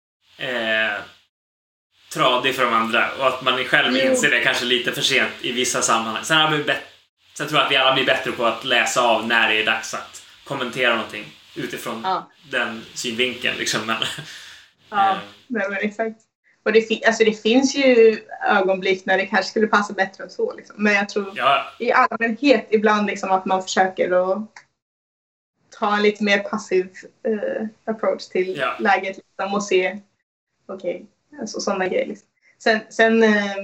eh, tradig för de andra, och att man själv inser det kanske lite för sent i vissa sammanhang. Sen, har vi bet- sen tror jag att vi alla blir bättre på att läsa av när det är dags att kommentera någonting utifrån ja. Den synvinkeln liksom. Men, ja, eh. nej, men exakt. Och det, fin- alltså det finns ju ögonblick när det kanske skulle passa bättre än så. Liksom. Men jag tror ja. I allmänhet ibland liksom att man försöker att ta en lite mer passiv uh, approach till ja. Läget liksom, och se okej, okay, alltså, sådana grejer. Liksom. Sen, sen uh,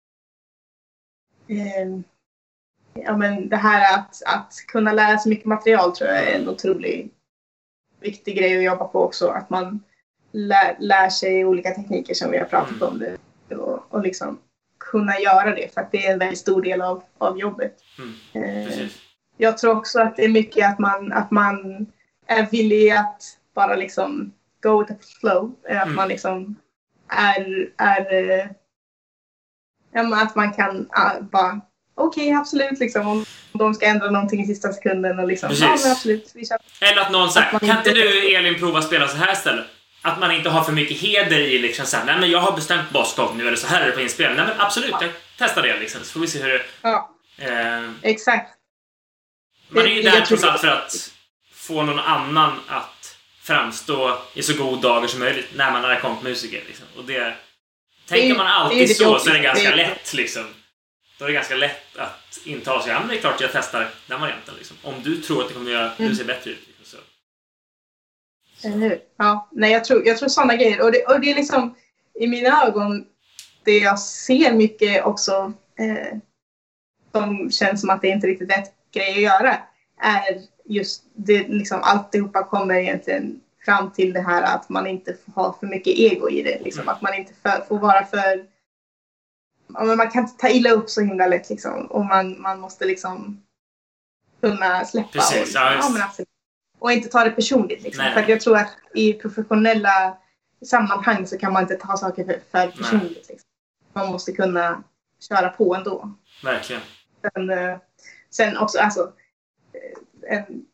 uh, ja, men det här att, att kunna lära sig mycket material tror jag är en otroligt viktig grej att jobba på också. Att man Lär, lär sig olika tekniker som vi har pratat mm. om det, och, och liksom kunna göra det, för att det är en väldigt stor del av, av jobbet. Mm. Eh, jag tror också att det är mycket att man, att man är villig att bara liksom go with the flow. Att mm. man liksom är, är äh, att man kan äh, bara okej, okay, absolut liksom, om de ska ändra någonting i sista sekunden och liksom, ja men absolut, vi kör. Eller att någon säger, kan inte du Elin prova spela så här istället? Att man inte har för mycket heder i liksom så här, nej men jag har bestämt basgång, nu är det så här är det på inspelning. Nej men absolut, jag testar det liksom, så får vi se hur det... Ja, eh, exakt. Man är ju där trots allt för att få någon annan att framstå i så god dagar som möjligt när man är accountmusiker liksom. Och det, det tänker man alltid det så så är det ganska det lätt liksom. Då är det ganska lätt att inta sig. Ja, men det är klart jag testar den varianten liksom. Om du tror att det kommer att göra, mm. du ser bättre ut liksom, så. Så. Ja, nej jag tror, jag tror sådana grejer. Och det, och det är liksom i mina ögon det jag ser mycket också eh, som känns som att det inte är riktigt rätt grej att göra är just det liksom alltihopa kommer egentligen fram till det här att man inte får ha för mycket ego i det liksom. Att man inte för, får vara för ja, men man kan inte ta illa upp så himla lätt liksom. Och man, man måste liksom kunna släppa. Precis, och, ja, ja, men absolut. Och inte ta det personligt liksom. För att jag tror att i professionella sammanhang så kan man inte ta saker för, för personligt liksom. Man måste kunna köra på ändå. Verkligen. Sen, sen också alltså en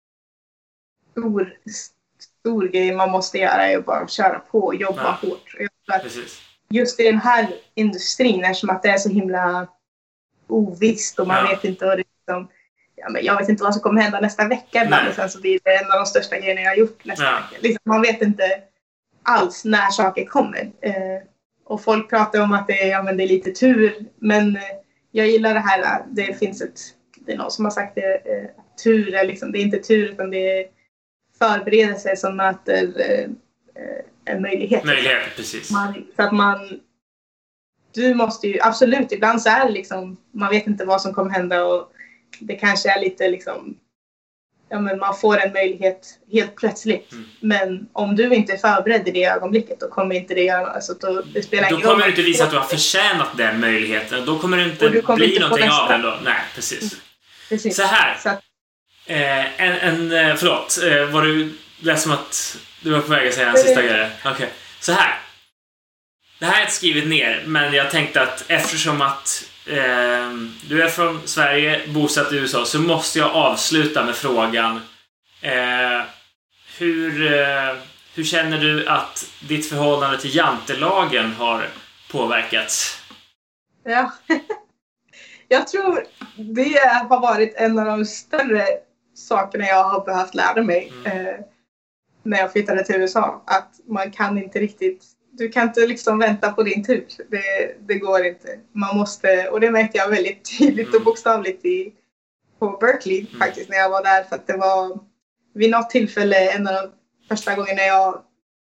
stor, stor grej man måste göra är att bara köra på och jobba ja. hårt. Precis. Just i den här industrin eftersom att det är så himla ovisst och man ja. vet inte vad det är som, ja, men jag vet inte vad som kommer hända nästa vecka ibland och sen så blir det en av de största grejerna jag har gjort nästa ja. vecka. Liksom, man vet inte alls när saker kommer. Eh, och folk pratar om att det är, ja, men det är lite tur men eh, jag gillar det här, det finns ett det är någon som har sagt det, eh, tur är liksom, det är inte tur utan det är förberedelse som möter eh, en möjlighet. Möjlighet, precis. Man, så att man, du måste ju, absolut, ibland så är det liksom, man vet inte vad som kommer hända och det kanske är lite liksom, ja men man får en möjlighet helt plötsligt. Mm. Men om du inte är förberedd i det ögonblicket då kommer inte det göra, alltså då, det spelar ingen roll. Då kommer du inte visa att du har förtjänat den möjligheten. Då kommer det inte du kommer bli inte någonting av den då. Nej, precis. Mm. Precis. Så här. Så att, eh, en, en, förlåt, eh, var du lät som att du var på väg att säga en sista grej? Okej, okay. Så här. Det här är inte skrivit ner, men jag tänkte att eftersom att eh, du är från Sverige, bosatt i U S A, så måste jag avsluta med frågan eh, hur, eh, hur känner du att ditt förhållande till jantelagen har påverkats? Ja, jag tror det har varit en av de större sakerna jag har behövt lära mig mm. eh, när jag flyttade till U S A. Att man kan inte riktigt, du kan inte liksom vänta på din tur. Det, det går inte. Man måste, och det märkte jag väldigt tydligt mm. och bokstavligt i, på Berkeley mm. faktiskt när jag var där. För att det var vid något tillfälle, en av de första gångerna jag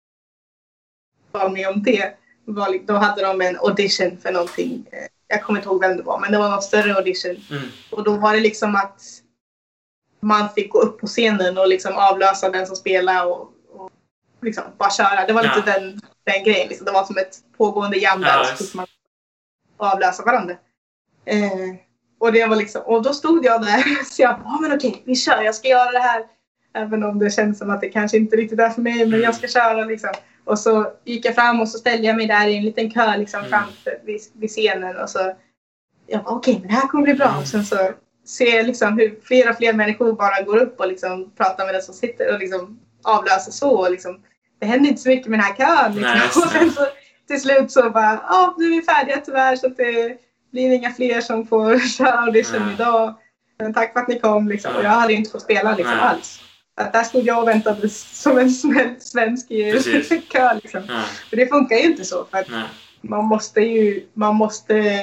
var med om det, var, då hade de en audition för någonting. Jag kommer inte ihåg vem det var, men det var någon större audition. Mm. Och då var det liksom att man fick gå upp på scenen och liksom avlösa den som spelar och, och liksom bara köra. Det var ja. lite den, den grejen. Liksom. Det var som ett pågående jam där ja, så fick man avlösa varandra. Eh, och, det var liksom, och då stod jag där så jag bara, men okej, vi kör. Jag ska göra det här. Även om det känns som att det kanske inte riktigt är för mig, men mm. jag ska köra liksom. Och så gick jag fram och så ställde jag mig där i en liten kö liksom mm. framför vid, vid scenen. Och så jag bara, okej, men det här kommer bli bra. Mm. Och sen så ser jag liksom hur fler och fler människor bara går upp och liksom pratar med den som sitter och liksom avlöser så. Och liksom, det händer inte så mycket med den här kön. Liksom. Nej, och sen så till slut så bara, ja, nu är vi färdiga tyvärr så att det blir inga fler som får köra audition mm. idag. Men tack för att ni kom liksom. Och jag hade inte fått spela liksom mm. alls. Att där stod jag och väntade som en svensk i kö liksom. Mm. För det funkar ju inte så. För att mm. man måste ju, man måste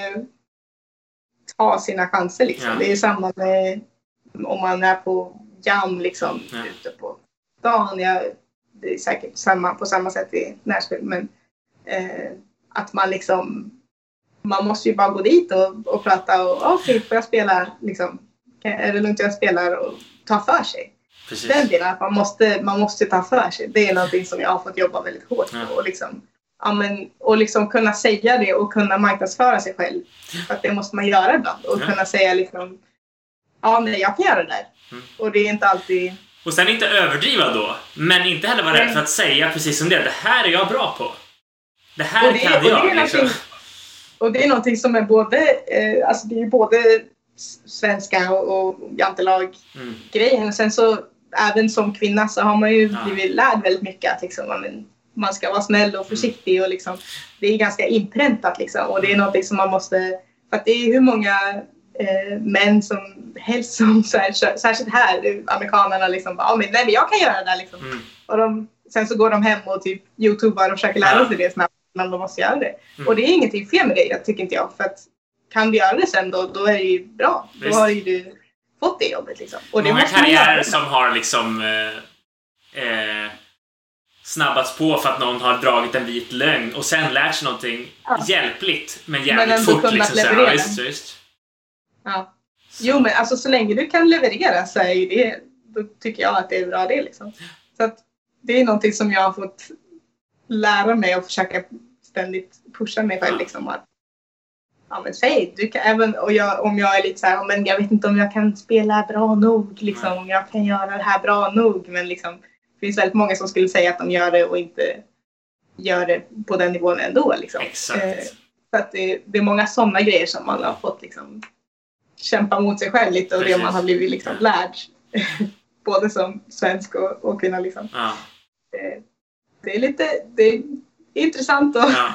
ta sina chanser liksom. Mm. Det är ju samma med om man är på jam liksom mm. ute på dagen. Jag, det är säkert samma, på samma sätt i Nashville. Men eh, att man liksom, man måste ju bara gå dit och, och prata och okej, okay, får jag spela liksom. Är det lugnt jag spelar och ta för sig. Precis. Den delen att man måste, man måste ta för sig. Det är någonting som jag har fått jobba väldigt hårt på. Ja. Och, liksom, ja, men, och liksom kunna säga det och kunna marknadsföra sig själv. För att det måste man göra ibland. Och ja. kunna säga liksom, ja men jag kan göra det där. Mm. Och det är inte alltid... Och sen inte överdriva då. Men inte heller vara rädd för att säga precis som det. Det här är jag bra på. Det här det, kan jag. Det liksom. Och det är någonting som är både... Eh, alltså det är både svenska och, och jantelag mm. grejen. Och sen så även som kvinna så har man ju ja. blivit lärd väldigt mycket att liksom, man, man ska vara snäll och försiktig och liksom, det är ganska inpräntat liksom, och det är något som man måste, för att det är hur många eh, män som helst som så här, särskilt här amerikanerna liksom, ja men nej, jag kan göra det där liksom. Mm. Och de, sen så går de hem och typ youtubar och försöker lära sig det snabbt när de måste göra det. Mm. Och det är ingenting fel med det, jag tycker inte jag. För att kan du göra det sen då, då är det ju bra. Visst. Då har ju du fått det jobbet liksom. Och det många måste karriärer som har liksom eh, eh, snabbats på för att någon har dragit en vit lögn och sen lärt sig någonting ja. hjälpligt men jävligt men fort liksom. Så, ja, visst, visst. Ja. Jo, men alltså så länge du kan leverera så är ju det, då tycker jag att det är bra det liksom. Så att det är någonting som jag har fått lära mig och försöka ständigt pusha mig själv liksom. Att, ja men säg, du kan även, och jag, om jag är lite så här, men jag vet inte om jag kan spela bra nog liksom, om jag kan göra det här bra nog, men liksom, det finns väldigt många som skulle säga att de gör det och inte gör det på den nivån ändå liksom. Exakt. Eh, så att det, det är många sådana grejer som man har fått liksom kämpa mot sig själv lite och Precis. det man har blivit liksom lärd både som svensk och, och kvinna liksom. Ja. Det, det är lite det är intressant att ja.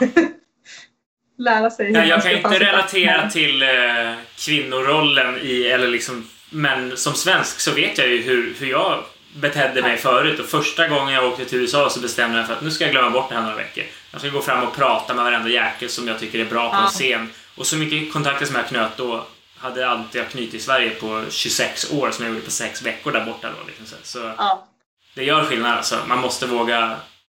lära sig. Ja, jag kan inte relatera till eh, kvinnorollen i, eller liksom, men som svensk så vet jag ju hur, hur jag betedde mig förut, och första gången jag åkte till U S A så bestämde jag för att nu ska jag glömma bort det här några veckor. Jag ska gå fram och prata med varenda jäkel som jag tycker är bra på en scen. Och så mycket kontakter som jag knöt då hade alltid jag knutit i Sverige på tjugosex år som jag gjorde på sex veckor där borta då liksom. Så ja. det gör skillnad alltså. Man måste våga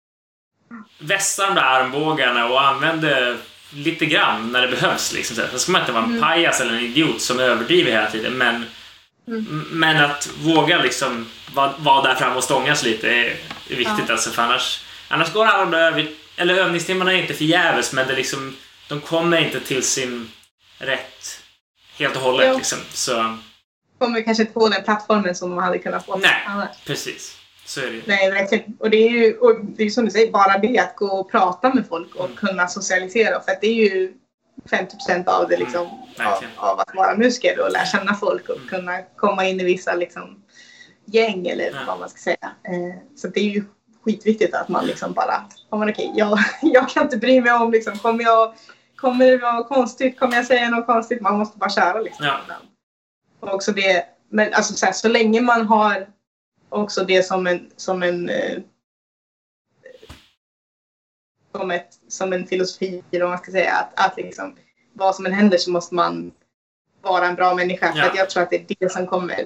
vässa de där armbågarna och använda lite grann när det behövs liksom. Så ska man inte vara en mm. pajas eller en idiot som överdriver hela tiden, men mm. men att våga liksom vara, vara där fram och stångas lite är, är viktigt ja. alltså, för annars annars går alla över, eller övningstimmarna är inte förgäves, men det liksom, de kommer inte till sin rätt helt och hållet jo. liksom. Så kommer kanske inte på den plattformen som man hade kunnat få. Nej, annars. Precis. Så är det. Nej, verkligen. Och det är ju, och det är som du säger, bara det att gå och prata med folk och mm. kunna socialisera, för att det är ju femtio procent av det liksom, mm, av, av att vara musiker och lära känna folk och mm. kunna komma in i vissa liksom gäng eller ja. vad man ska säga. Eh, så det är ju skitviktigt att man liksom bara, ja men okej, jag, jag kan inte bry mig om liksom, kommer jag kommer det vara konstigt, kommer jag säga något konstigt, man måste bara köra liksom. Ja. Och också det, men alltså så, här, så länge man har också det som en som en eh, som ett som en filosofi, om man ska säga, att att liksom vad som än händer så måste man vara en bra människa, ja. för att jag tror att det är det som kommer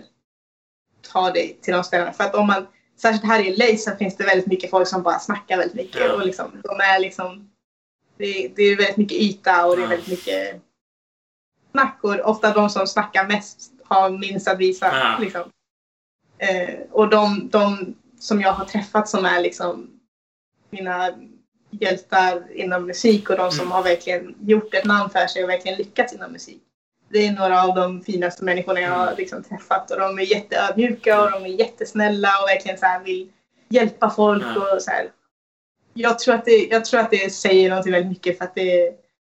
ta dig till de ställena, för att om man, särskilt här i L A så finns det väldigt mycket folk som bara snackar väldigt mycket, ja. och liksom de är liksom det, det är väldigt mycket yta och det är väldigt mycket snack, och ofta de som snackar mest har minst att visa ja. liksom. Eh, och de, de som jag har träffat som är liksom mina hjältar inom musik och de som mm. har verkligen gjort ett namn för sig och verkligen lyckats inom musik. Det är några av de finaste människorna jag har liksom träffat, och de är jätteödmjuka och de är jättesnälla och verkligen så här vill hjälpa folk mm. och så här. Jag tror att det, jag tror att det säger något väldigt mycket, för att det,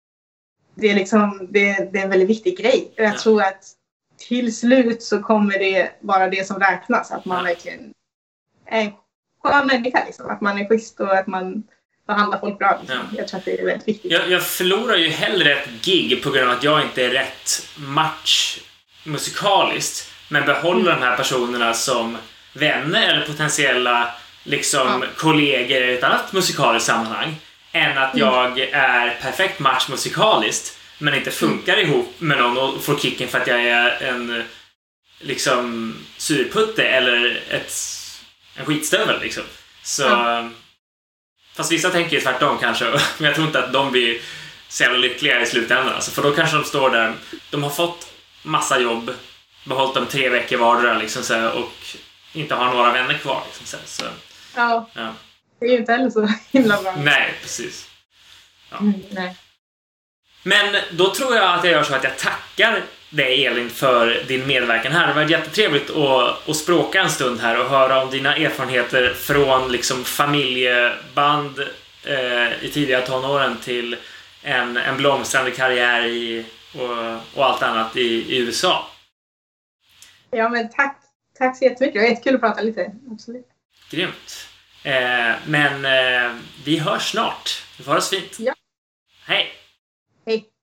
det är liksom det, det är en väldigt viktig grej. Jag mm. tror att till slut så kommer det vara det som räknas, att man mm. verkligen är en skön människa liksom, att man är schysst och att man behandlar folk bra liksom. Ja. Jag tror att det är väldigt viktigt. Jag, jag förlorar ju hellre ett gig på grund av att jag inte är rätt match musikaliskt, men behåller mm. de här personerna som vänner eller potentiella liksom ja. kollegor i ett annat musikaliskt sammanhang, än att mm. jag är perfekt match musikaliskt men inte funkar mm. ihop med någon och får kicken för att jag är en liksom surputte eller ett, en skitstövel liksom. Så ja. Fast vissa tänker ju tvärtom kanske, men jag tror inte att de blir så jävla lyckliga i slutändan alltså, för då kanske de står där, de har fått massa jobb, behållit dem tre veckor vardera liksom, så här, och inte har några vänner kvar liksom, så, här, så ja. ja, det är ju inte heller så himla bra. Nej, precis. Ja. Mm, nej. Men då tror jag att jag gör så att jag tackar dig, Elin, för din medverkan här. Det var jättetrevligt att, att språka en stund här och höra om dina erfarenheter från liksom familjeband eh, i tidiga tonåren till en, en blomstrande karriär i, och, och allt annat i, i U S A. Ja, men tack. Tack så jättemycket. Det var jättekul att prata lite. Absolut. Grymt. Eh, men eh, vi hörs snart. Det var så fint. Ja. Hej. Hej.